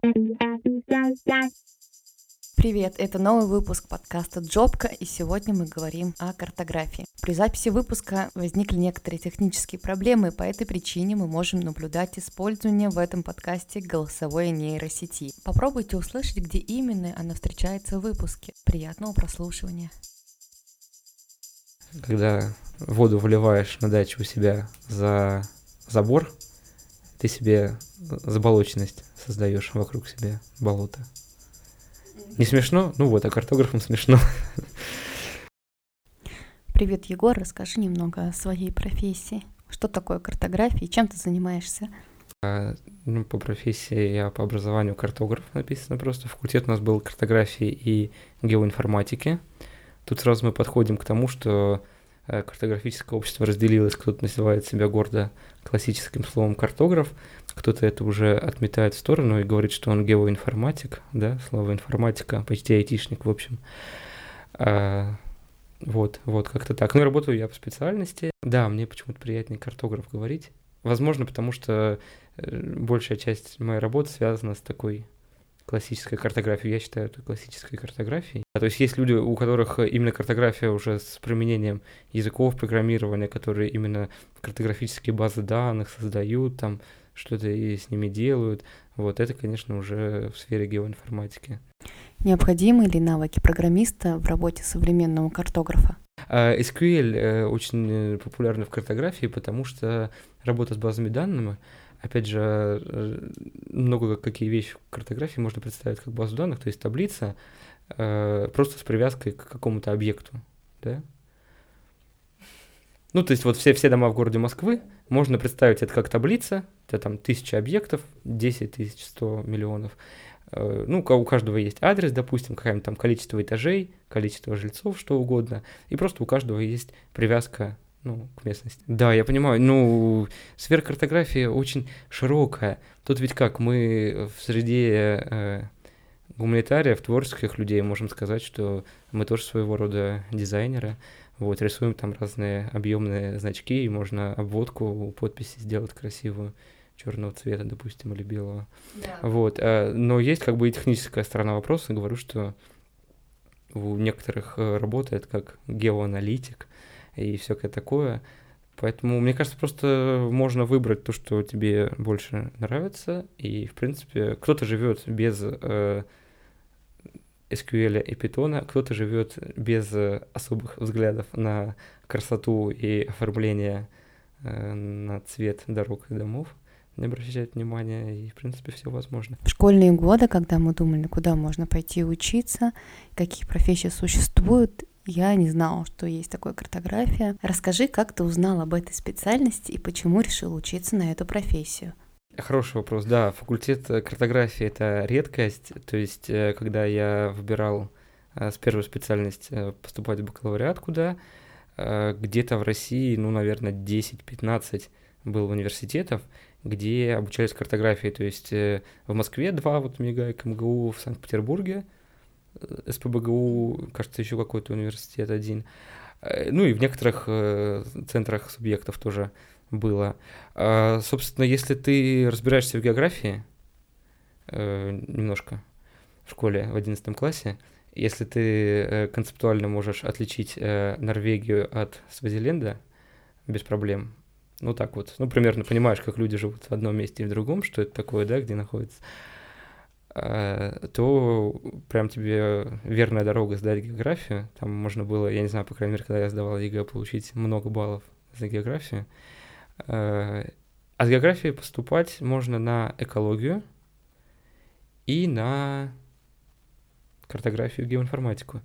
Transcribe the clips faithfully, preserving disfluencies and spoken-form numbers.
Привет, это новый выпуск подкаста «Джобка», и сегодня мы говорим о картографии. При записи выпуска возникли некоторые технические проблемы, по этой причине мы можем наблюдать использование в этом подкасте голосовой нейросети. Попробуйте услышать, где именно она встречается в выпуске. Приятного прослушивания. Когда воду выливаешь на даче у себя за забор, ты себе заболоченность создаешь вокруг себя, болото. Не смешно? Ну вот, а картографам смешно. Привет, Егор, расскажи немного о своей профессии. Что такое картография и чем ты занимаешься? А, ну, по профессии я по образованию картограф, написано просто. Факультет у нас был картографии и геоинформатики. Тут сразу мы подходим к тому, что картографическое общество разделилось, кто-то называет себя гордо классическим словом картограф, кто-то это уже отметает в сторону и говорит, что он геоинформатик, да, слово информатика, почти айтишник, в общем. А, вот, вот, как-то так. Ну, работаю я по специальности. Да, мне почему-то приятнее картограф говорить. Возможно, потому что большая часть моей работы связана с такой классической картографией. Я считаю это классической картографией. А, то есть есть люди, у которых именно картография уже с применением языков программирования, которые именно картографические базы данных создают, там что-то и с ними делают. Вот это, конечно, уже в сфере геоинформатики. Необходимы ли навыки программиста в работе современного картографа? эс кью эль очень популярна в картографии, потому что работа с базами данными, опять же, много какие вещи в картографии можно представить как базу данных, то есть таблица просто с привязкой к какому-то объекту, да? Ну, то есть вот все, все дома в городе Москвы можно представить это как таблица, это там тысяча объектов, десять тысяч, сто миллионов. Ну, у каждого есть адрес, допустим, какое-нибудь там количество этажей, количество жильцов, что угодно, и просто у каждого есть привязка, ну, к местности. Да, я понимаю, ну, сфера картографии очень широкая. Тут ведь как, мы в среде э, гуманитариев, творческих людей можем сказать, что мы тоже своего рода дизайнеры. Вот, рисуем там разные объемные значки, и можно обводку, подписи сделать красивую, черного цвета, допустим, или белого. Да. Вот, но есть как бы и техническая сторона вопроса. Говорю, что у некоторых работает как геоаналитик и всякое такое. Поэтому, мне кажется, просто можно выбрать то, что тебе больше нравится. И, в принципе, кто-то живет без эс кью эль и Python, кто-то живет без особых взглядов на красоту и оформление э, на цвет дорог и домов, не обращать внимания, и, в принципе, все возможно. В школьные годы, когда мы думали, куда можно пойти учиться, какие профессии существуют, я не знала, что есть такая картография. Расскажи, как ты узнал об этой специальности и почему решил учиться на эту профессию? Хороший вопрос, да, факультет картографии – это редкость, то есть, когда я выбирал с первой специальность поступать в бакалавриат куда, где-то в России, ну, наверное, десять-пятнадцать было университетов, где обучались картографии, то есть в Москве два, вот МИГАИК, МГУ, в Санкт-Петербурге, эс пэ бэ гэ у, кажется, еще какой-то университет один, ну и в некоторых центрах субъектов тоже было. А, собственно, если ты разбираешься в географии э, немножко в школе в одиннадцатом классе, если ты э, концептуально можешь отличить э, Норвегию от Свазиленда без проблем, ну так вот, ну примерно понимаешь, как люди живут в одном месте и в другом, что это такое, да, где находится, э, то прям тебе верная дорога сдать географию. Там можно было, я не знаю, по крайней мере, когда я сдавал ЕГЭ, получить много баллов за географию. А с географии поступать можно на экологию и на картографию, геоинформатику.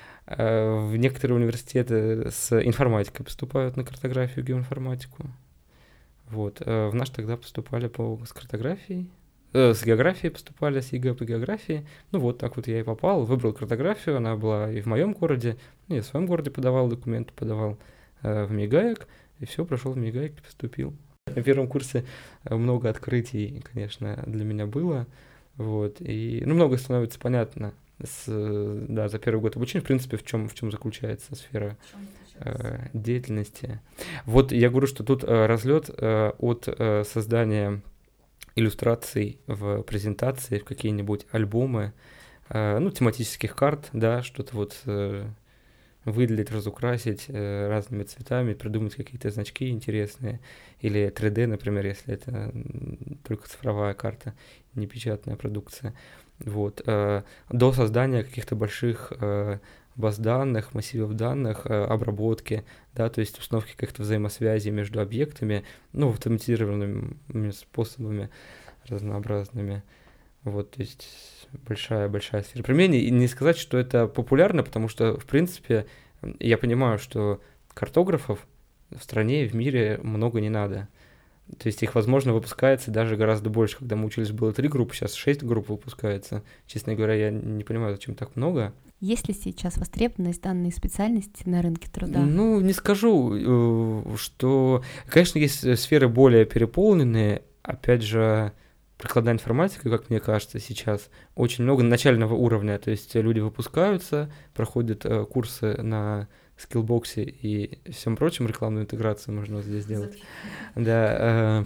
В некоторые университеты с информатикой поступают на картографию, геоинформатику. Вот. В наш тогда поступали по, с картографией, э, с географией поступали, с ЕГЭ по географии. Ну вот так вот я и попал, выбрал картографию, она была и в моем городе, я в своем городе подавал документы, подавал э, в МИГАИК. И все, прошел в МИГАИК, поступил. На первом курсе много открытий, конечно, для меня было. Вот. И, ну, многое становится понятно с, да, за первый год обучения, в принципе, в чем, в чем заключается сфера э, деятельности. Вот я говорю, что тут э, разлет э, от э, создания иллюстраций в презентации, в какие-нибудь альбомы, э, ну, тематических карт, да, что-то вот э, выделить, разукрасить э, разными цветами, придумать какие-то значки интересные, или три дэ, например, если это м, только цифровая карта, не печатная продукция. Вот. Э, до создания каких-то больших э, баз данных, массивов данных, э, обработки, да, то есть установки каких-то взаимосвязей между объектами, ну, автоматизированными способами разнообразными. Вот, то есть большая-большая сфера применения. И не сказать, что это популярно, потому что, в принципе, я понимаю, что картографов в стране и в мире много не надо. То есть их, возможно, выпускается даже гораздо больше. Когда мы учились, было три группы, сейчас шесть групп выпускается. Честно говоря, я не понимаю, зачем так много. Есть ли сейчас востребованность данной специальности на рынке труда? Ну, не скажу, что... Конечно, есть сферы более переполненные. Опять же, прикладная информатика, как мне кажется, сейчас очень много начального уровня. То есть люди выпускаются, проходят курсы на скиллбоксе и всем прочем, рекламную интеграцию можно вот здесь делать. Да,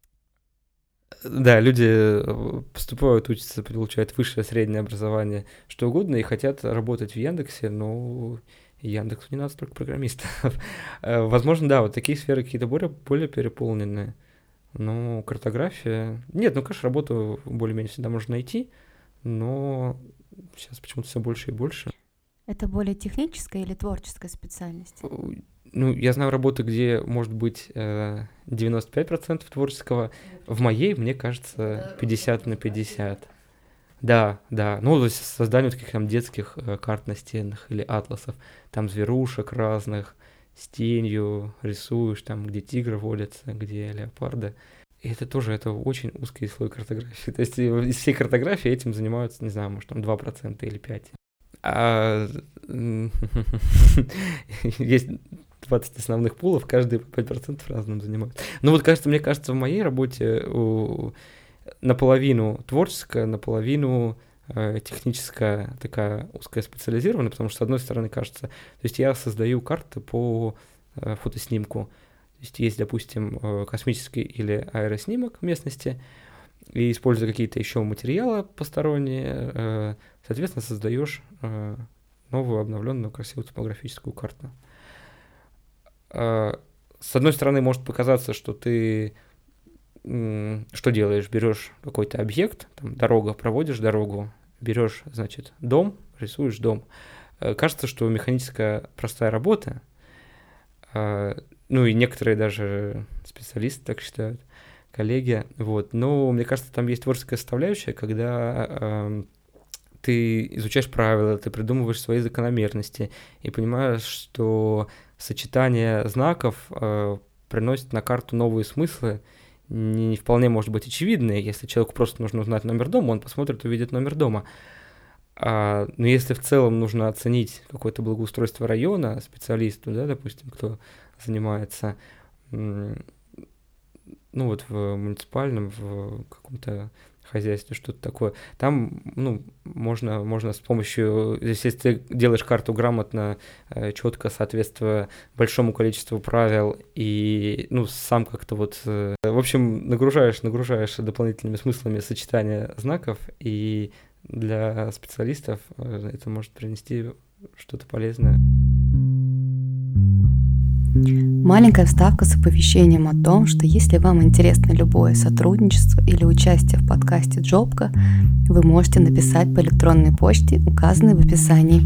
да, люди поступают, учатся, получают высшее, среднее образование, что угодно, и хотят работать в Яндексе, но Яндексу не надо столько программистов. Возможно, да, вот такие сферы какие-то более, более переполненные. Ну, картография... Нет, ну, конечно, работу более-менее всегда можно найти, но сейчас почему-то все больше и больше. Это более техническая или творческая специальность? Ну, я знаю работы, где может быть девяносто пять процентов творческого. В моей, мне кажется, пятьдесят на пятьдесят. Да, да. Ну, то есть создание таких там детских карт настенных или атласов. Там зверушек разных, с тенью рисуешь, там, где тигры водятся, где леопарды. И это тоже, это очень узкий слой картографии. То есть из всей картографии этим занимаются, не знаю, может, там два процента или пять процентов. А есть двадцать основных пулов, каждый по пять процентов разным занимают. Ну вот, кажется, мне кажется, в моей работе наполовину творческая, наполовину техническая, такая узкая специализированная, потому что, с одной стороны, кажется, то есть я создаю карты по фотоснимку. То есть есть, допустим, космический или аэроснимок местности, и используя какие-то еще материалы посторонние, соответственно, создаешь новую, обновленную, красивую топографическую карту. С одной стороны, может показаться, что ты что делаешь? Берешь какой-то объект, там, дорога, проводишь дорогу, берешь, значит, дом, рисуешь дом. Кажется, что механическая простая работа, ну и некоторые даже специалисты так считают, коллеги, вот. Но мне кажется, там есть творческая составляющая, когда э, ты изучаешь правила, ты придумываешь свои закономерности и понимаешь, что сочетание знаков э, приносит на карту новые смыслы, не вполне, может быть, очевидные. Если человеку просто нужно узнать номер дома, он посмотрит, увидит номер дома. А, но если в целом нужно оценить какое-то благоустройство района специалисту, да, допустим, кто занимается, ну вот в муниципальном, в каком-то хозяйстве, что-то такое, там, ну, можно, можно с помощью, если ты делаешь карту грамотно, четко соответствуя большому количеству правил и, ну, сам как-то вот, в общем, нагружаешь, нагружаешь дополнительными смыслами сочетания знаков, и для специалистов это может принести что-то полезное. Маленькая вставка с оповещением о том, что если вам интересно любое сотрудничество или участие в подкасте Джобка, вы можете написать по электронной почте, указанной в описании.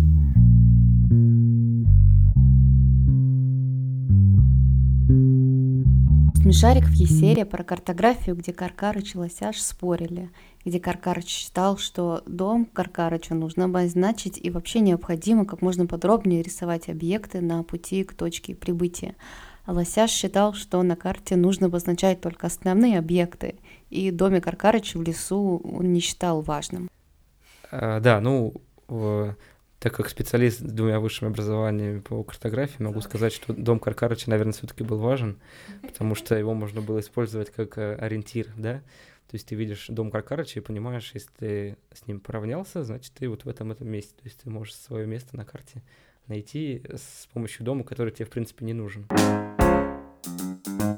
В «Смешариков» есть серия про картографию, где Каркарыч и Лосяш спорили, где Каркарыч считал, что дом Каркарыча нужно обозначить и вообще необходимо как можно подробнее рисовать объекты на пути к точке прибытия. А Лосяш считал, что на карте нужно обозначать только основные объекты, и домик Каркарыча в лесу он не считал важным. А, да, ну, в... так как специалист с двумя высшими образованиями по картографии, могу сказать, что дом Каркарыча, наверное, все-таки был важен, потому что его можно было использовать как ориентир, да. То есть ты видишь дом Каркарыча и понимаешь, если ты с ним поравнялся, значит, ты вот в этом этом месте. То есть ты можешь свое место на карте найти с помощью дома, который тебе, в принципе, не нужен.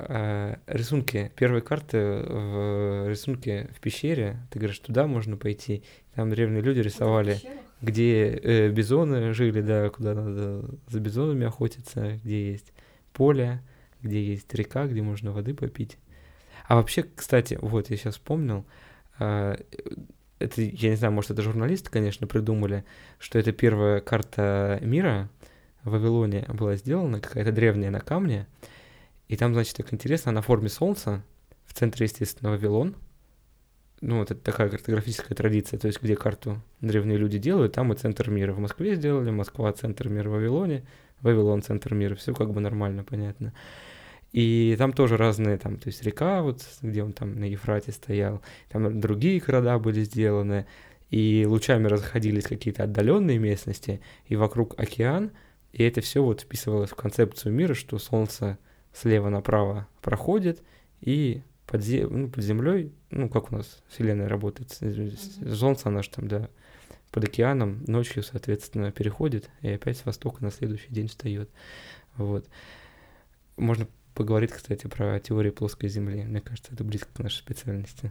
э, рисунки, первые карты в рисунке в пещере, ты говоришь, туда можно пойти, там древние люди рисовали, где э, бизоны жили, да, куда надо за бизонами охотиться, где есть поле, где есть река, где можно воды попить. А вообще, кстати, вот я сейчас вспомнил, э, это, я не знаю, может, это журналисты, конечно, придумали, что это первая карта мира в Вавилоне была сделана, какая-то древняя на камне, и там, значит, так интересно, на форме солнца, в центре, естественно, Вавилон. Ну, вот это такая картографическая традиция, то есть где карту древние люди делают, там и центр мира. В Москве сделали, Москва — центр мира в Вавилоне, Вавилон — центр мира, все как бы нормально, понятно. И там тоже разные, там, то есть река, вот где он там на Ефрате стоял, там другие города были сделаны, и лучами расходились какие-то отдаленные местности, и вокруг океан, и это все вот вписывалось в концепцию мира, что солнце слева направо проходит, и под, зе- ну, под землей, ну, как у нас Вселенная работает, Мгм. солнце, оно же там, да, под океаном ночью, соответственно, переходит, и опять с востока на следующий день встает. Вот. Можно поговорить, кстати, про теорию плоской Земли. Мне кажется, это близко к нашей специальности.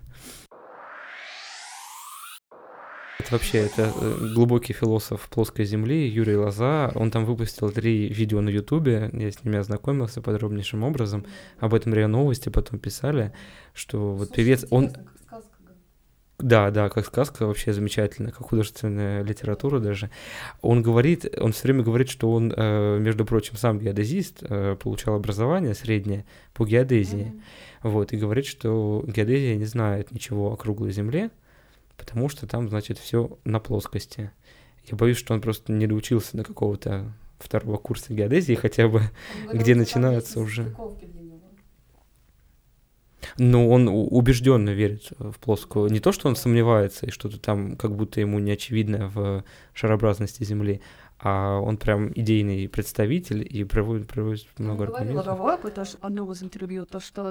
Это вообще, это э, глубокий философ плоской Земли Юрий Лоза. Он там выпустил три видео на Ютубе, я с ними ознакомился подробнейшим образом. Об этом РИА Новости потом писали, что вот певец, он... Да, да, как сказка, вообще замечательно, как художественная литература даже. Он говорит, он все время говорит, что он, э, между прочим, сам геодезист, э, получал образование среднее по геодезии. Мгм. Вот, и говорит, что геодезия не знает ничего о круглой Земле, потому что там, значит, все на плоскости. Я боюсь, что он просто не доучился до какого-то второго курса геодезии хотя бы, Он где говорил, что там есть начинается уже... несостыковки для него. Ну, он у- убежденно верит в плоскую. Не то, что он сомневается, и что-то там как будто ему не очевидно в шарообразности Земли, а он прям идейный представитель и проводит, проводит Он много говорил аргументов. Логовой, тоже в одном из интервью, то, что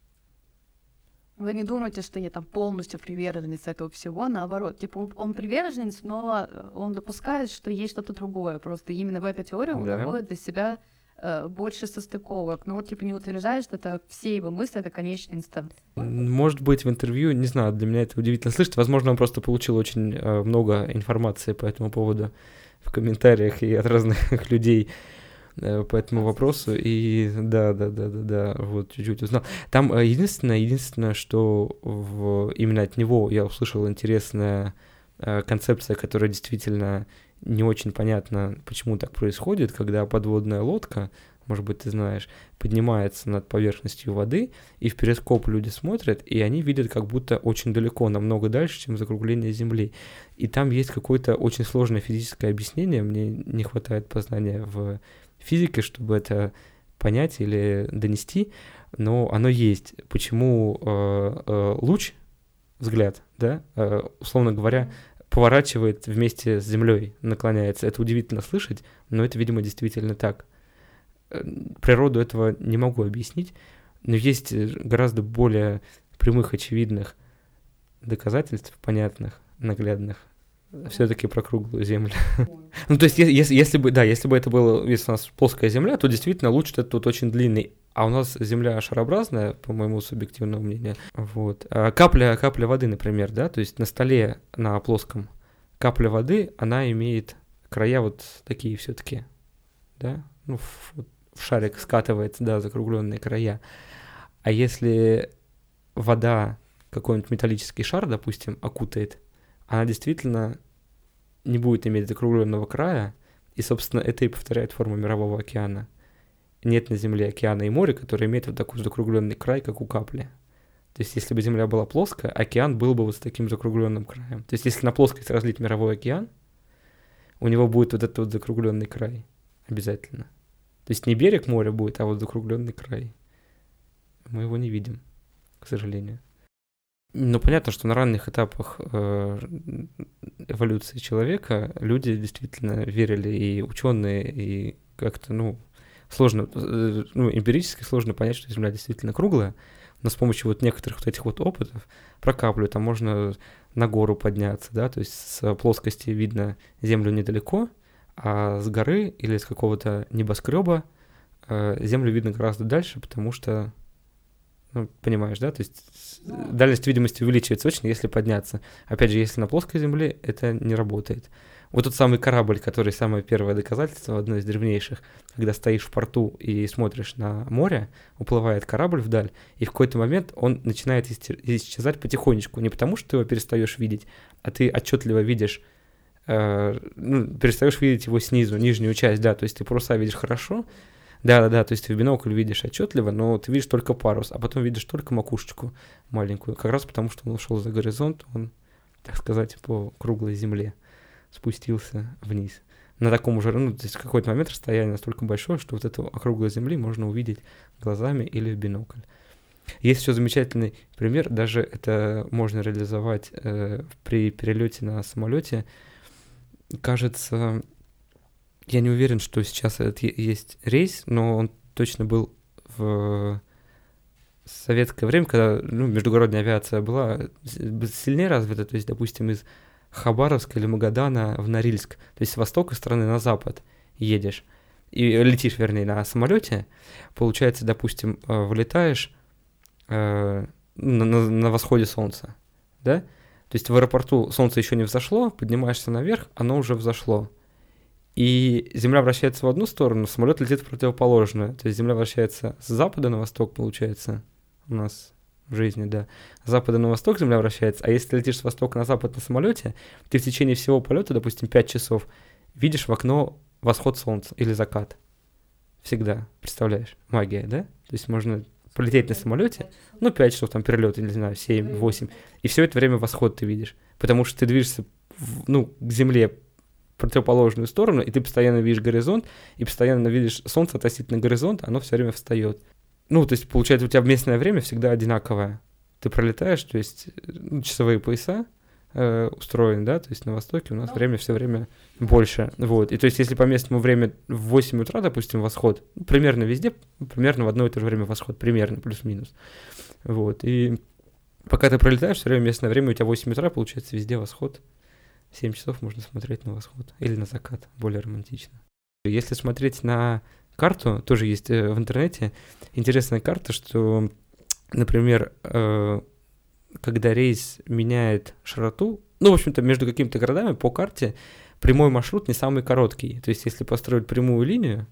вы не думайте, что я там полностью приверженец этого всего, наоборот. Типа он, он приверженец, но э, он допускает, что есть что-то другое. Просто именно в этой теории он Да. находит для себя э, больше состыковок. Но вот типа не утверждает, что это все его мысли, это конечный инстант. Может быть, в интервью, не знаю, для меня это удивительно слышать. Возможно, он просто получил очень э, много информации по этому поводу в комментариях и от разных людей э, по этому вопросу. И да, да, да, да, да, вот чуть-чуть узнал. Там э, единственное, единственное, что в, именно от него я услышал интересная э, концепция, которая действительно не очень понятна, почему так происходит, когда подводная лодка, может быть, ты знаешь, поднимается над поверхностью воды, и в перископ люди смотрят, и они видят как будто очень далеко, намного дальше, чем закругление Земли. И там есть какое-то очень сложное физическое объяснение, мне не хватает познания в физике, чтобы это понять или донести, но оно есть. Почему э, э, луч, взгляд, да, э, условно говоря, поворачивает вместе с Землей, наклоняется. Это удивительно слышать, но это, видимо, действительно так. Э, Природу этого не могу объяснить, но есть э, гораздо более прямых, очевидных доказательств, понятных, наглядных, все-таки про круглую Землю. Ну, то есть, е- если, если бы, да, если бы это было, если у нас плоская Земля, то действительно луч этот тут очень длинный. А у нас Земля шарообразная, по моему субъективному мнению. Вот. А капля, капля воды, например, да, то есть на столе, на плоском, капля воды, она имеет края вот такие все-таки, да, ну, в, вот в шарик скатывается, да, закругленные края. А если вода какой-нибудь металлический шар, допустим, окутает, она действительно не будет иметь закругленного края, и, собственно, это и повторяет форму Мирового океана. Нет на Земле океана и моря, который имеет вот такой закругленный край, как у капли. То есть, если бы Земля была плоская, океан был бы вот с таким закругленным краем. То есть, если на плоскость разлить Мировой океан, у него будет вот этот вот закругленный край обязательно. То есть, не берег моря будет, а вот закругленный край. Мы его не видим, к сожалению. Ну, понятно, что на ранних этапах э, эволюции человека люди действительно верили, и ученые, и как-то, ну, сложно, э, ну, эмпирически сложно понять, что Земля действительно круглая, но с помощью вот некоторых вот этих вот опытов про каплю, там можно на гору подняться, да, то есть с плоскости видно Землю недалеко, а с горы или с какого-то небоскреба э, Землю видно гораздо дальше, потому что Ну, понимаешь, да? То есть дальность видимости увеличивается очень, если подняться. Опять же, если на плоской земле, это не работает. Вот тот самый корабль, который самое первое доказательство, одно из древнейших, когда стоишь в порту и смотришь на море, уплывает корабль вдаль, и в какой-то момент он начинает исчезать потихонечку. Не потому, что ты его перестаешь видеть, а ты отчетливо видишь, э, ну, перестаешь видеть его снизу, нижнюю часть, да, то есть ты паруса видишь хорошо, да-да-да, то есть ты в бинокль видишь отчетливо, но ты видишь только парус, а потом видишь только макушечку маленькую, как раз потому, что он ушел за горизонт, он, так сказать, по круглой земле спустился вниз. На таком уже, ну, то есть в какой-то момент расстояние настолько большое, что вот эту округлую земли можно увидеть глазами или в бинокль. Есть еще замечательный пример, даже это можно реализовать э, при перелете на самолете. Кажется, я не уверен, что сейчас это есть рейс, но он точно был в советское время, когда, ну, междугородная авиация была сильнее развита, то есть, допустим, из Хабаровска или Магадана в Норильск, то есть с востока страны на запад едешь, и летишь, вернее, на самолете, получается, допустим, вылетаешь э, на, на, на восходе солнца, да, то есть в аэропорту солнце еще не взошло, поднимаешься наверх, оно уже взошло, и Земля вращается в одну сторону, самолет летит в противоположную, то есть Земля вращается с запада на восток, получается, у нас в жизни, да. С запада на восток Земля вращается, а если ты летишь с востока на запад на самолете, ты в течение всего полета, допустим, пять часов, видишь в окно восход солнца или закат. Всегда, представляешь? Магия, да? То есть можно полететь на самолете, ну, пять часов там перелет, не знаю, семь-восемь, и все это время восход ты видишь, потому что ты движешься, в, ну, к Земле в противоположную сторону, и ты постоянно видишь горизонт, и постоянно видишь солнце относительно горизонта, оно все время встает. Ну, то есть, получается, у тебя местное время всегда одинаковое. Ты пролетаешь, то есть, ну, часовые пояса э, устроены, да, то есть на Востоке у нас ну, время все время больше, вот. И то есть, если по местному времени в восемь утра, допустим, восход, ну, примерно везде, примерно в одно и то же время восход, примерно, плюс-минус, вот. И пока ты пролетаешь, все время местное время у тебя восемь утра, получается, везде восход. семь часов можно смотреть на восход или на закат, более романтично. Если смотреть на карту, тоже есть э, в интернете, интересная карта, что, например, э, когда рейс меняет широту, ну, в общем-то, между какими-то городами по карте прямой маршрут не самый короткий. То есть, если построить прямую линию,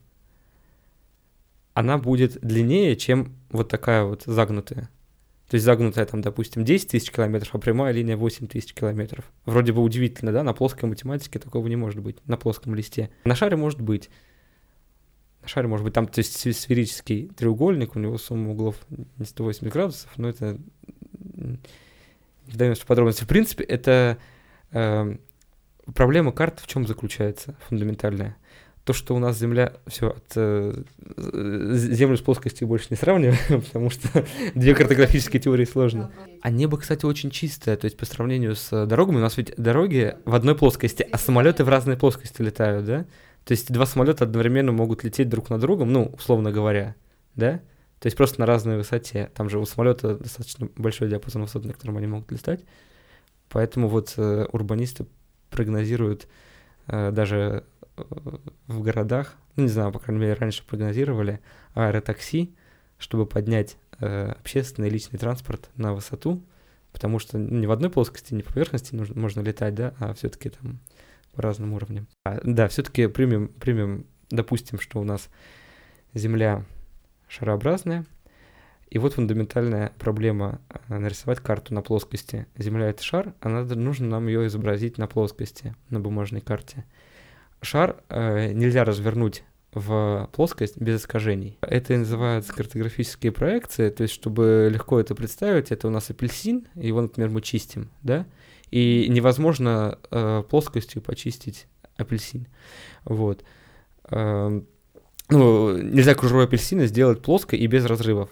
она будет длиннее, чем вот такая вот загнутая. То есть загнутая там, допустим, десять тысяч километров, а прямая линия восемь тысяч километров. Вроде бы удивительно, да? На плоской математике такого не может быть, на плоском листе. На шаре может быть. На шаре может быть там, то есть сферический треугольник, у него сумма углов не сто восемьдесят градусов, но это не вдаемся в подробности. В принципе, это э, проблема карты в чем заключается, фундаментальная? То, что у нас Земля, все, от, э, Землю с плоскостью больше не сравниваем, потому что две картографические теории сложны. А небо, кстати, очень чистое, то есть по сравнению с дорогами, у нас ведь дороги в одной плоскости, а самолеты в разные плоскости летают, да? То есть два самолета одновременно могут лететь друг над другом, ну, условно говоря, да? То есть просто на разной высоте. Там же у самолета достаточно большой диапазон высот, на котором они могут летать. Поэтому вот э, урбанисты прогнозируют э, даже э, в городах, ну, не знаю, по крайней мере, раньше прогнозировали аэротакси, чтобы поднять э, общественный и личный транспорт на высоту, потому что ну, не в одной плоскости, не по поверхности нужно, можно летать, да, а все-таки там по разным уровням. А, да, все-таки примем, примем, допустим, что у нас Земля шарообразная, и вот фундаментальная проблема нарисовать карту на плоскости. Земля — это шар, а надо, нужно нам ее изобразить на плоскости, на бумажной карте. Шар э, нельзя развернуть в плоскость без искажений. Это называются картографические проекции, то есть, чтобы легко это представить, это у нас апельсин, его, например, мы чистим, да, и невозможно э, плоскостью почистить апельсин. Вот. Э, ну, нельзя кожуру апельсина сделать плоской и без разрывов.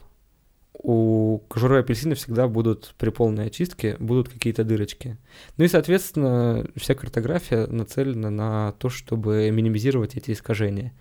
У кожуры апельсина всегда будут при полной очистке будут какие-то дырочки. Ну и, соответственно, вся картография нацелена на то, чтобы минимизировать эти искажения.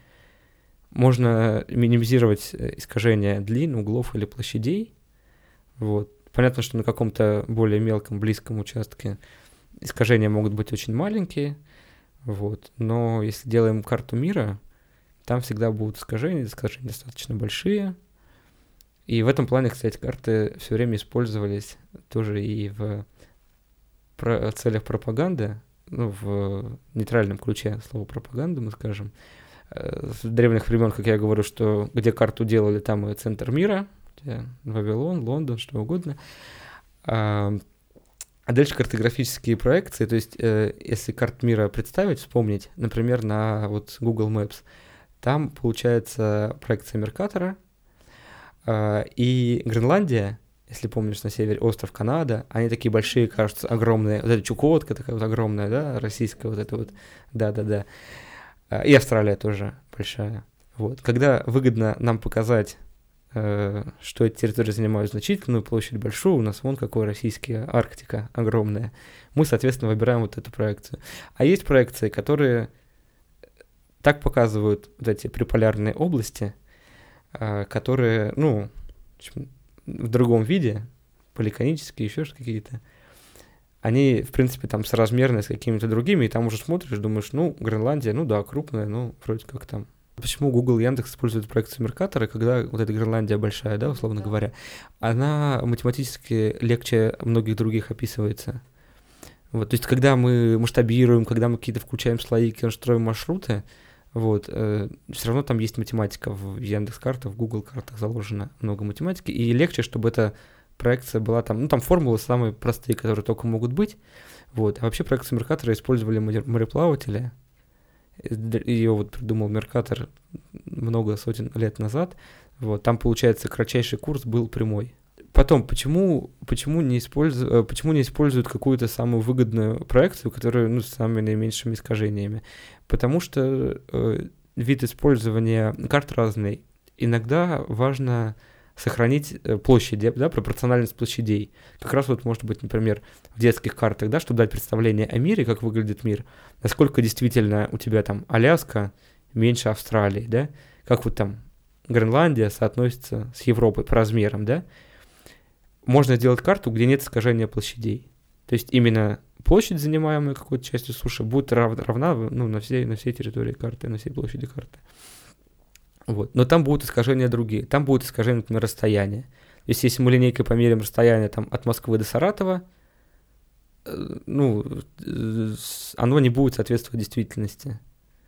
Можно минимизировать искажения длин, углов или площадей. Вот. Понятно, что на каком-то более мелком, близком участке искажения могут быть очень маленькие, вот. Но если делаем карту мира, там всегда будут искажения, искажения достаточно большие, И в этом плане, кстати, карты все время использовались тоже и в про- целях пропаганды, ну, в нейтральном ключе слово пропаганда, мы скажем. Э, С древних времен, как я говорю, что где карту делали, там и центр мира, где Вавилон, Лондон, что угодно. А, а дальше картографические проекции, то есть э, если карт мира представить, вспомнить, например, на вот Google Maps, там получается проекция Меркатора, а, и Гренландия, если помнишь, на севере остров Канада, они такие большие, кажутся, огромные. Вот эта Чукотка такая вот огромная, да, российская вот эта вот, да-да-да. А, И Австралия тоже большая. Вот. Когда выгодно нам показать, э, что эти территории занимают значительную площадь большую, у нас вон какой российская Арктика огромная, мы, соответственно, выбираем вот эту проекцию. А есть проекции, которые так показывают вот эти приполярные области, а, которые, ну, в общем, в другом виде, поликонические, еще что какие-то, они, в принципе, там соразмерны с какими-то другими, и там уже смотришь, думаешь, ну, Гренландия, ну да, крупная, ну, вроде как там. Почему Google и Яндекс используют проекцию Меркатора, когда вот эта Гренландия большая, да, условно Да. говоря, она математически легче многих других описывается. Вот, то есть, когда мы масштабируем, когда мы какие-то включаем слои, когда строим маршруты, вот, э, все равно там есть математика в Яндекс.Картах, в Google картах заложено много математики, и легче, чтобы эта проекция была там, ну, там формулы самые простые, которые только могут быть, вот, а вообще проекцию Меркатора использовали море- мореплаватели, ее вот придумал Меркатор много сотен лет назад, вот, там, получается, кратчайший курс был прямой. Потом, почему, почему, не использу- э, почему не используют какую-то самую выгодную проекцию, которая, ну, с самыми наименьшими искажениями? Потому что э, вид использования карт разный. Иногда важно сохранить э, площади, да, пропорциональность площадей. Как раз вот может быть, например, в детских картах, да, чтобы дать представление о мире, как выглядит мир, насколько действительно у тебя там Аляска меньше Австралии, да, как вот там Гренландия соотносится с Европой по размерам, да, можно сделать карту, где нет искажения площадей. То есть именно площадь, занимаемая какой-то частью суши, будет рав- равна, ну, на всей, на всей территории карты, на всей площади карты. Вот. Но там будут искажения другие. Там будет искажение, например, расстояния. То есть если мы линейкой померим расстояние там, от Москвы до Саратова, э, ну, э, с- оно не будет соответствовать действительности.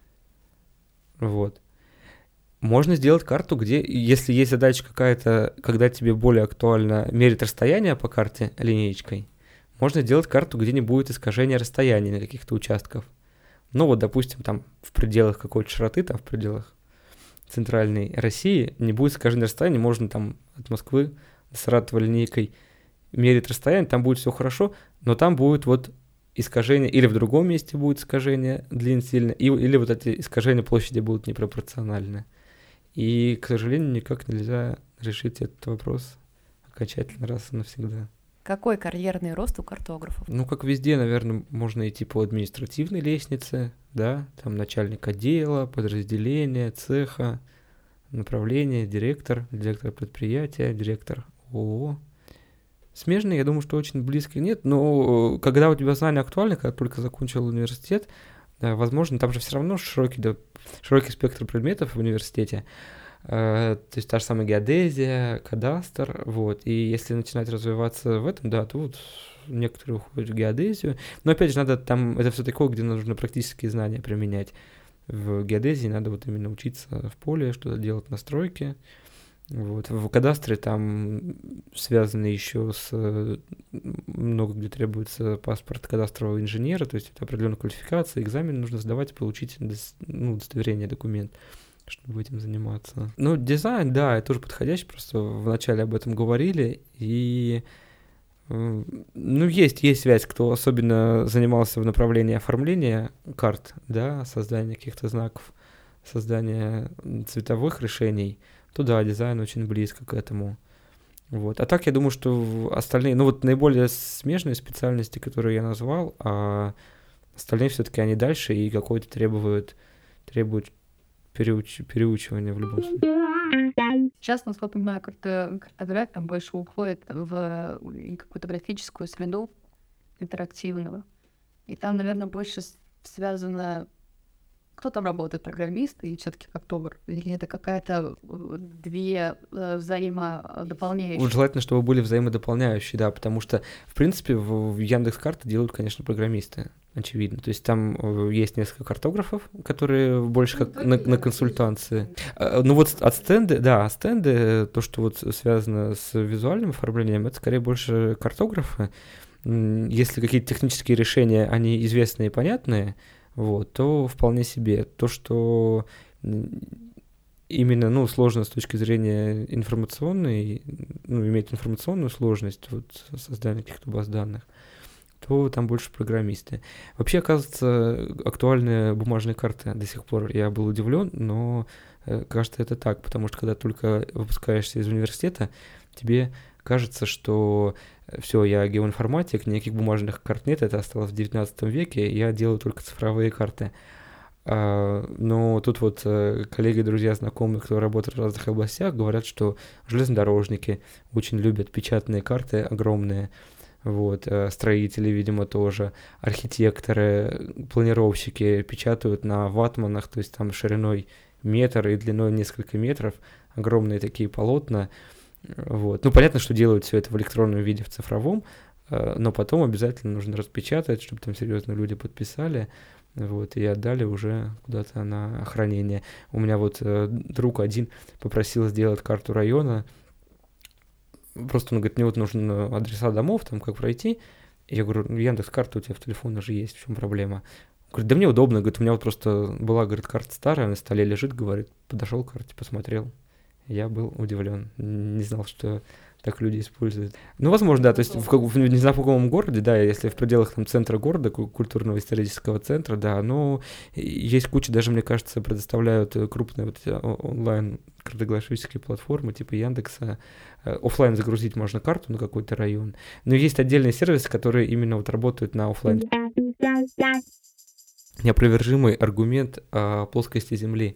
Вот. Можно сделать карту, где, если есть задача какая-то, когда тебе более актуально мерить расстояние по карте линеечкой, можно сделать карту, где не будет искажения расстояний на каких-то участках. Ну вот, допустим, там в пределах какой-то широты, там в пределах центральной России не будет искажения расстояния, можно там от Москвы до Саратова линейкой мерить расстояние, там будет все хорошо, но там будет вот искажение, или в другом месте будет искажение длинно сильно, и, или вот эти искажения площади будут непропорциональны. И, к сожалению, никак нельзя решить этот вопрос окончательно раз и навсегда. Какой карьерный рост у картографов? Ну, как везде, наверное, можно идти по административной лестнице, да, там начальник отдела, подразделения, цеха, направление, директор, директор предприятия, директор ООО. Смежные, я думаю, что очень близко нет, но когда у тебя знания актуальны, когда только закончил университет, да, возможно, там же все равно широкий, да, широкий спектр предметов в университете, э, то есть та же самая геодезия, кадастр, вот, и если начинать развиваться в этом, да, то вот некоторые уходят в геодезию, но опять же надо там, это все такое, где нужно практические знания применять. В геодезии надо вот именно учиться в поле, что-то делать, настройки. Вот. В кадастре там связано еще с э, много где требуется паспорт кадастрового инженера, то есть это определенная квалификация, экзамен нужно сдавать, получить дос- ну, удостоверение, документ, чтобы этим заниматься. Ну, дизайн, да, это тоже подходящий, просто вначале об этом говорили, и э, ну, есть, есть связь, кто особенно занимался в направлении оформления карт, да, создания каких-то знаков, создания м, цветовых решений, то да, дизайн очень близко к этому. Вот. А так я думаю, что в остальные, ну вот наиболее смежные специальности, которые я назвал, а остальные все-таки они дальше и какое-то требуют, требуют переуч- переучивания в любом случае. Сейчас, насколько я понимаю, карто- картография больше уходит в э, какую-то графическую среду интерактивную. И там, наверное, больше с- связано Кто там работает, программист и все-таки картограф? Или это какая-то э, две э, взаимодополняющие? Вот желательно, чтобы были взаимодополняющие, да, потому что, в принципе, в, в Яндекс.Карты делают, конечно, программисты, очевидно. То есть там э, есть несколько картографов, которые больше как ну, на, на консультации. А, ну вот от стенды, да, стенды, то, что вот связано с визуальным оформлением, это скорее больше картографы. Если какие-то технические решения, они известные и понятные, вот, то вполне себе. То, что именно, ну, сложно с точки зрения информационной, ну, иметь информационную сложность, вот, создания каких-то баз данных, то там больше программисты. Вообще, оказывается, актуальные бумажные карты до сих пор. Я был удивлен, но э, кажется, это так, потому что когда только выпускаешься из университета, тебе кажется, что все, я геоинформатик, никаких бумажных карт нет, это осталось в девятнадцатом веке, я делаю только цифровые карты. А, но тут вот коллеги, друзья, знакомые, кто работает в разных областях, говорят, что железнодорожники очень любят печатные карты огромные, вот, строители, видимо, тоже, архитекторы, планировщики печатают на ватманах, то есть там шириной метр и длиной несколько метров, огромные такие полотна. Вот. Ну, понятно, что делают все это в электронном виде, в цифровом, но потом обязательно нужно распечатать, чтобы там серьезно люди подписали, вот, и отдали уже куда-то на хранение. У меня вот э, друг один попросил сделать карту района, просто он говорит, мне вот нужны адреса домов, там как пройти. И я говорю, ну, Яндекс.Карта у тебя в телефоне уже есть, в чем проблема? Он говорит, да мне удобно, говорит, у меня вот просто была, говорит, карта старая, на столе лежит, говорит, подошел к карте, посмотрел. Я был удивлен, не знал, что так люди используют. Ну, возможно, да, то есть в, в незнакомом городе, да, если в пределах там центра города, культурного исторического центра, да, но есть куча, даже, мне кажется, предоставляют крупные вот онлайн картографические платформы типа Яндекса. Оффлайн загрузить можно карту на какой-то район, но есть отдельные сервисы, которые именно вот работают на оффлайн. Неопровержимый аргумент о плоскости Земли.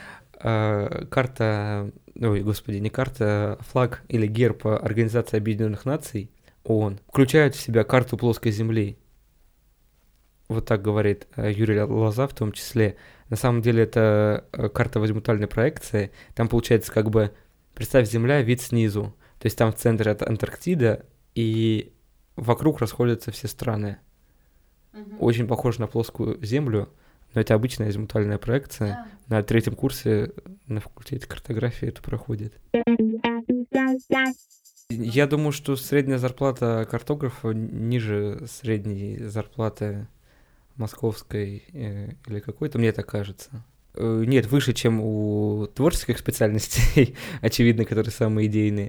Карта, ой, господи, не карта, флаг или герб Организации Объединенных Наций, ООН, включают в себя карту плоской Земли. Вот так говорит Юрий Лоза в том числе. На самом деле это карта азимутальной проекции. Там получается как бы, представь, Земля, вид снизу. То есть там в центре это Антарктида, и вокруг расходятся все страны. Угу. Очень похоже на плоскую Землю. Но это обычная азимутальная проекция. Yeah. На третьем курсе на факультете картографии это проходит. Я думаю, что средняя зарплата картографа ниже средней зарплаты московской э, или какой-то, мне так кажется. Э, нет, выше, чем у творческих специальностей, очевидно, которые самые идейные.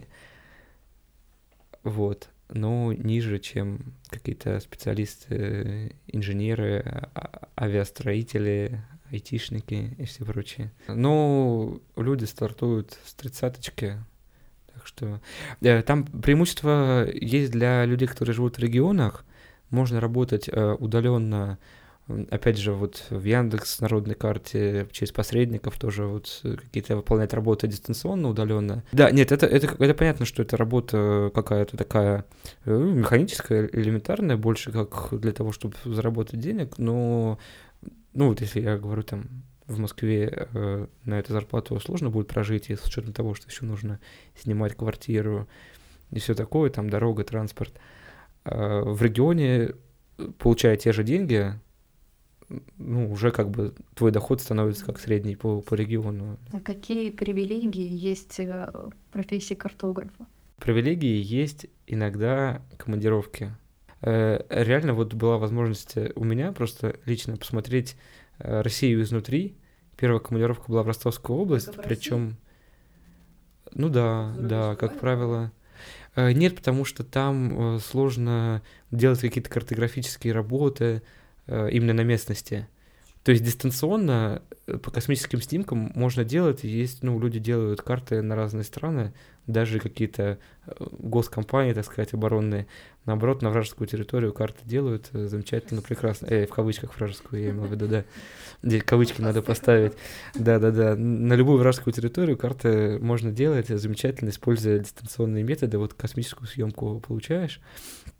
Вот. Но ниже, чем какие-то специалисты, инженеры, авиастроители, айтишники и все прочие. Но люди стартуют с тридцаточки, так что там преимущество есть для людей, которые живут в регионах. Можно работать удаленно. Опять же, вот в Яндекс, народной карте, через посредников тоже вот какие-то выполнять работы дистанционно, удаленно. Да, нет, это, это, это понятно, что это работа какая-то такая механическая, элементарная, больше как для того, чтобы заработать денег, но, ну вот если я говорю там, в Москве э, на эту зарплату сложно будет прожить, и с учетом того, что еще нужно снимать квартиру и все такое, там дорога, транспорт. Э, в регионе, получая те же деньги, ну, уже как бы твой доход становится как средний по, по региону. А какие привилегии есть в профессии картографа? Привилегии есть иногда командировки. Реально вот была возможность у меня просто лично посмотреть Россию изнутри. Первая командировка была в Ростовскую область, причем, ну да, да, как правило. Нет, потому что там сложно делать какие-то картографические работы именно на местности. То есть дистанционно по космическим снимкам можно делать, есть, ну, люди делают карты на разные страны, даже какие-то госкомпании, так сказать, оборонные, наоборот, на вражескую территорию карты делают замечательно, прекрасно, э, в кавычках вражескую, я имел в виду, да, здесь кавычки надо поставить, да-да-да, на любую вражескую территорию карты можно делать замечательно, используя дистанционные методы, вот космическую съемку получаешь,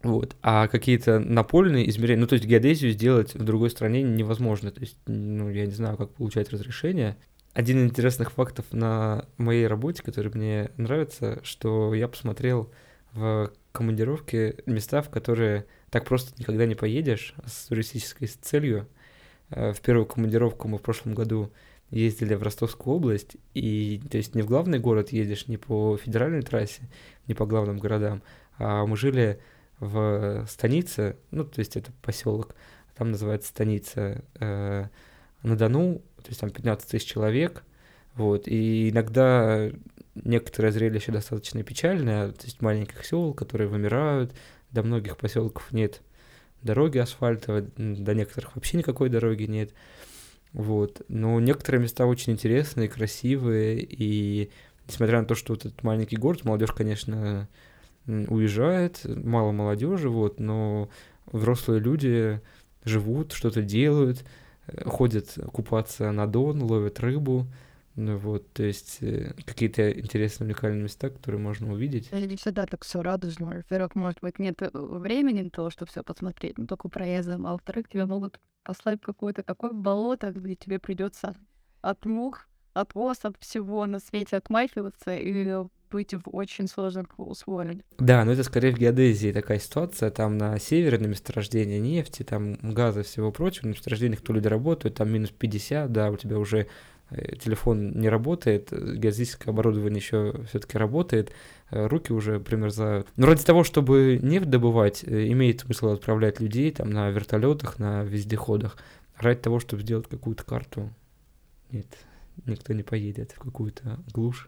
Вот. А какие-то напольные измерения, ну, то есть геодезию сделать в другой стране невозможно. То есть, ну, я не знаю, как получать разрешение. Один из интересных фактов на моей работе, который мне нравится, что я посмотрел в командировке места, в которые так просто никогда не поедешь с туристической целью. Э, В первую командировку мы в прошлом году ездили в Ростовскую область, и, то есть, не в главный город едешь, не по федеральной трассе, не по главным городам, а мы жили в станице, ну, то есть это поселок, там называется станица э, на Дону, то есть там пятнадцать тысяч человек, вот, и иногда некоторые зрелища достаточно печальные, то есть маленьких сел, которые вымирают, до многих поселков нет дороги асфальтовой, м, до некоторых вообще никакой дороги нет, вот, но некоторые места очень интересные, красивые, и несмотря на то, что вот этот маленький город, молодежь, конечно, м, уезжает, мало молодежи, вот, но взрослые люди живут, что-то делают, э, ходят купаться на Дон, ловят рыбу, ну вот, то есть э, какие-то интересные, уникальные места, которые можно увидеть. Я не всегда так все радужно. Во-первых, может быть, нет э, времени на то, чтобы все посмотреть, но только проездом. А во-вторых, тебя могут послать в какое-то такое болото, где тебе придется от мух, от ос, от всего на свете отмахиваться и быть в очень сложных условиях. Да, но это скорее в геодезии такая ситуация, там на севере, на месторождении нефти, там газа, всего прочего, на месторождениях то люди работают, там минус пятьдесят, да, у тебя уже э, телефон не работает, э, геодезическое оборудование еще все-таки работает, э, руки уже примерзают. Но ради того, чтобы нефть добывать, э, имеет смысл отправлять людей там на вертолетах, на вездеходах. Ради того, чтобы сделать какую-то карту, нет, никто не поедет в какую-то глушь.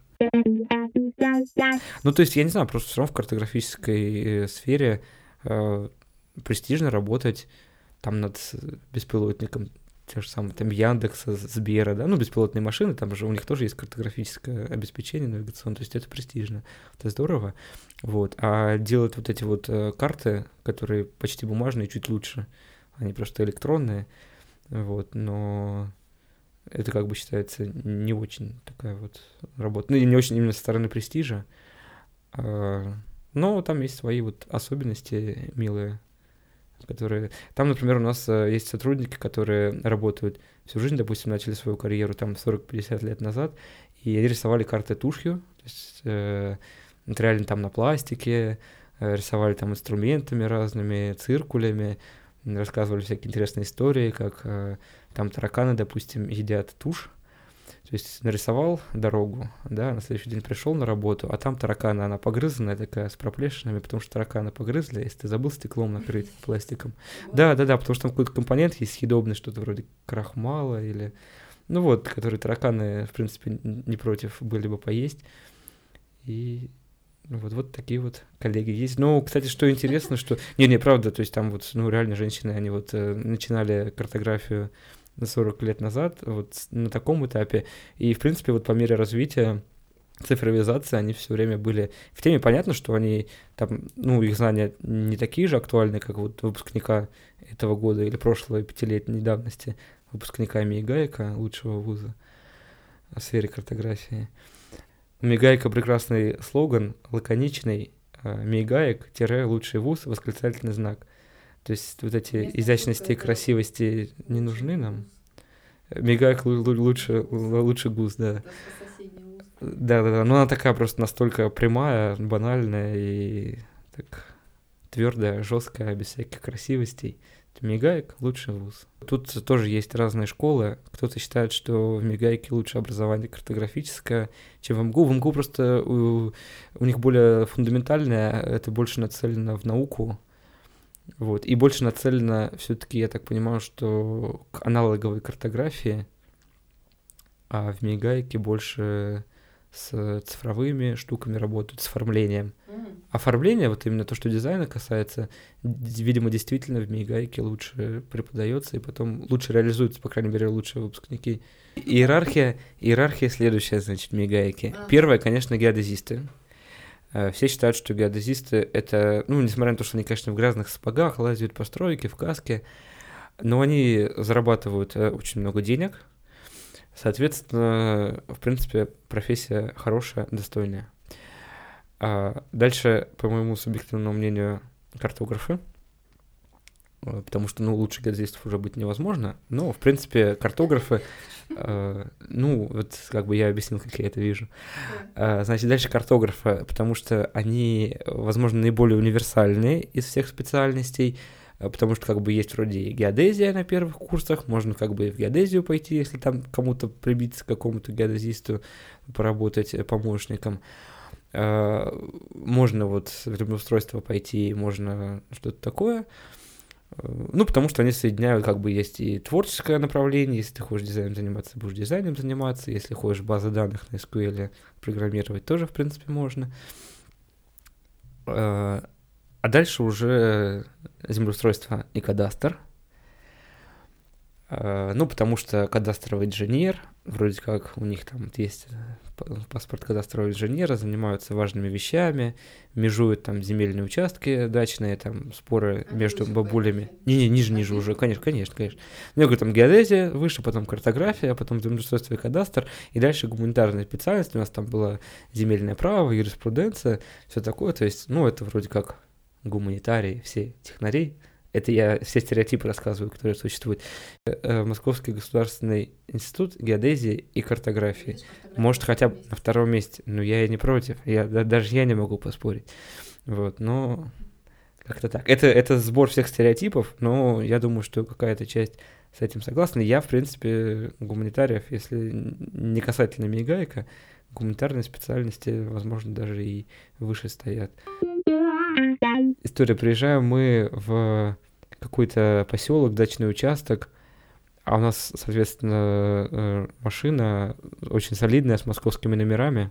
Ну, то есть, я не знаю, просто все равно в картографической э, сфере э, престижно работать там над с- беспилотником, те же самые, там, Яндекса, Сбера, да, ну, беспилотные машины, там же у них тоже есть картографическое обеспечение навигационное, то есть это престижно, это здорово, вот, а делать вот эти вот э, карты, которые почти бумажные, чуть лучше, они просто электронные, вот, но это как бы считается не очень такая вот работа, ну, и не очень именно со стороны престижа, а, но там есть свои вот особенности милые, которые... Там, например, у нас э, есть сотрудники, которые работают всю жизнь, допустим, начали свою карьеру там сорок-пятьдесят лет назад, и они рисовали карты тушью, то есть э, это реально там на пластике, э, рисовали там инструментами разными, циркулями, м, рассказывали всякие интересные истории, как э, там тараканы, допустим, едят тушь, то есть нарисовал дорогу, да, на следующий день пришел на работу, а там тараканы, она погрызанная такая, с проплешинами, потому что тараканы погрызли, если ты забыл стеклом накрыть пластиком. Да, да, да, потому что там какой-то компонент есть съедобный, что-то вроде крахмала или... Ну вот, который тараканы, в принципе, н- не против были бы поесть. И ну вот, вот такие вот коллеги есть. Ну, кстати, что интересно, что... Не, не, правда, то есть там вот, ну, реально женщины, они вот э, начинали картографию на сорок лет назад, вот с- на таком этапе. И, в принципе, вот по мере развития цифровизации они все время были в теме. Понятно, что они там, ну, их знания не такие же актуальны, как вот выпускника этого года или прошлой пятилетней давности, выпускника МИГАЭКа, лучшего вуза в сфере картографии. У МИГАЭКа прекрасный слоган, лаконичный, э, МИГАЭК-лучший вуз, восклицательный знак. То есть вот эти изящности и красивости не нужны нам. МИГАЭК лу- лу- лучше, лу- лучше гуз, да. Да, да, да. Но она такая просто настолько прямая, банальная и так твердая, жесткая, без всяких красивостей. МИГАЭК лучший вуз. Тут тоже есть разные школы. Кто-то считает, что в МИГАЭКе лучше образование картографическое, чем в МГУ. В МГУ просто у, у них более фундаментальное, это больше нацелено в науку. Вот. И больше нацелено, все-таки, я так понимаю, что к аналоговой картографии, а в МИГАЭКе больше с цифровыми штуками работают, с оформлением. Оформление, вот именно то, что дизайна касается, д- видимо, действительно в МИГАЭКе лучше преподается и потом лучше реализуется, по крайней мере, лучшие выпускники. Иерархия, иерархия следующая, значит, в МИГАЭКе. Первое, конечно, геодезисты. Э, Все считают, что геодезисты это, ну, несмотря на то, что они, конечно, в грязных сапогах лазят по стройке, в каске, но они зарабатывают э, очень много денег. Соответственно, в принципе, профессия хорошая, достойная. А дальше, по моему субъективному мнению, картографы, потому что, ну, лучше геодезистов уже быть невозможно, но, в принципе, картографы, э, ну, вот как бы я объяснил, как я это вижу. Э, значит, дальше картографы, потому что они, возможно, наиболее универсальные из всех специальностей, потому что как бы есть вроде и геодезия на первых курсах, можно как бы и в геодезию пойти, если там кому-то прибиться к какому-то геодезисту, поработать помощником. Можно вот в землеустройство пойти, можно что-то такое. Ну, потому что они соединяют, как бы есть и творческое направление, если ты хочешь дизайном заниматься, будешь дизайном заниматься, если хочешь базы данных на эс ку эль программировать, тоже, в принципе, можно. А дальше уже землеустройство и кадастр. Ну, потому что кадастровый инженер, вроде как у них там есть паспорт кадастрового инженера, занимаются важными вещами, межуют там земельные участки дачные, там споры а между бабулями. Не-не, ниже-ниже уже, конечно, конечно, конечно. Ну, я говорю, там геодезия, выше потом картография, потом землеустройство и кадастр, и дальше гуманитарная специальность, у нас там было земельное право, юриспруденция, все такое, то есть, ну, это вроде как гуманитарии, все технари. Это я все стереотипы рассказываю, которые существуют. Московский государственный институт геодезии и картографии. Может, хотя бы на втором месте. Но я и не против. Я, даже я не могу поспорить. Вот, но как-то так. Это, это сбор всех стереотипов, но я думаю, что какая-то часть с этим согласна. Я, в принципе, гуманитариев, если не касательно Мигайка, гуманитарные специальности, возможно, даже и выше стоят. История. Приезжаем мы в какой-то поселок, дачный участок, а у нас, соответственно, машина очень солидная, с московскими номерами.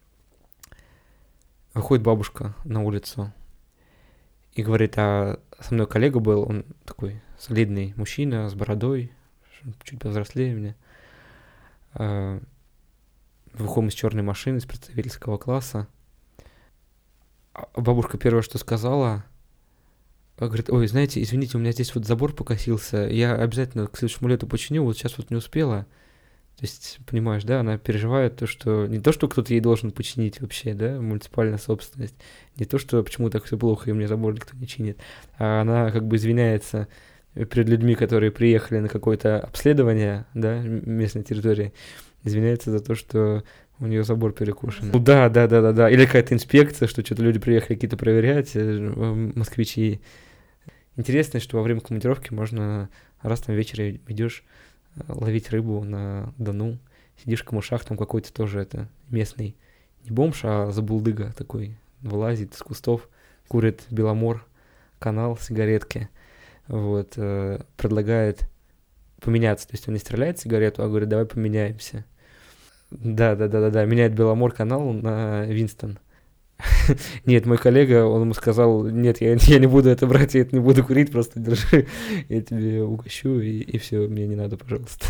Выходит бабушка на улицу и говорит, а со мной коллега был, он такой солидный мужчина с бородой, чуть повзрослее меня. Выходим из черной машины, из представительского класса. Бабушка первое, что сказала, говорит, ой, знаете, извините, у меня здесь вот забор покосился, я обязательно к следующему лету починю, вот сейчас вот не успела. То есть, понимаешь, да, она переживает то, что не то, что кто-то ей должен починить вообще, да, муниципальная собственность, не то, что почему так все плохо, и мне забор никто не чинит, а она как бы извиняется перед людьми, которые приехали на какое-то обследование, да, местной территории, извиняется за то, что у нее забор перекушен. Ну да, да, да, да, да. Или какая-то инспекция, что что-то люди приехали какие-то проверять, москвичи. Интересно, что во время командировки можно раз там вечером идешь ловить рыбу на Дону, сидишь в камышах, там какой-то тоже это местный, не бомж, а забулдыга такой, вылазит из кустов, курит Беломор, канал, сигаретки, вот, предлагает поменяться, то есть он не стреляет в сигарету, а говорит, давай поменяемся. Да, да, да, да, да. Меняет Беломор канал на Винстон. Нет, мой коллега, он ему сказал, нет, я, я не буду это брать, я это не буду курить, просто держи, я тебе угощу, и, и все, мне не надо, пожалуйста.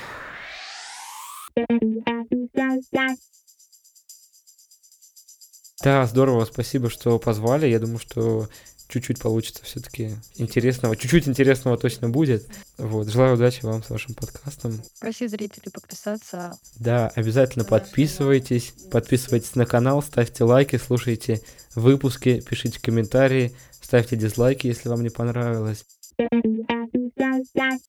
Да, здорово, спасибо, что позвали. Я думаю, что чуть-чуть получится все-таки интересного. Чуть-чуть интересного точно будет. Вот. Желаю удачи вам с вашим подкастом. Проси зрителей подписаться. Да, обязательно подписывайтесь. Подписывайтесь на канал, ставьте лайки, слушайте выпуски, пишите комментарии, ставьте дизлайки, если вам не понравилось.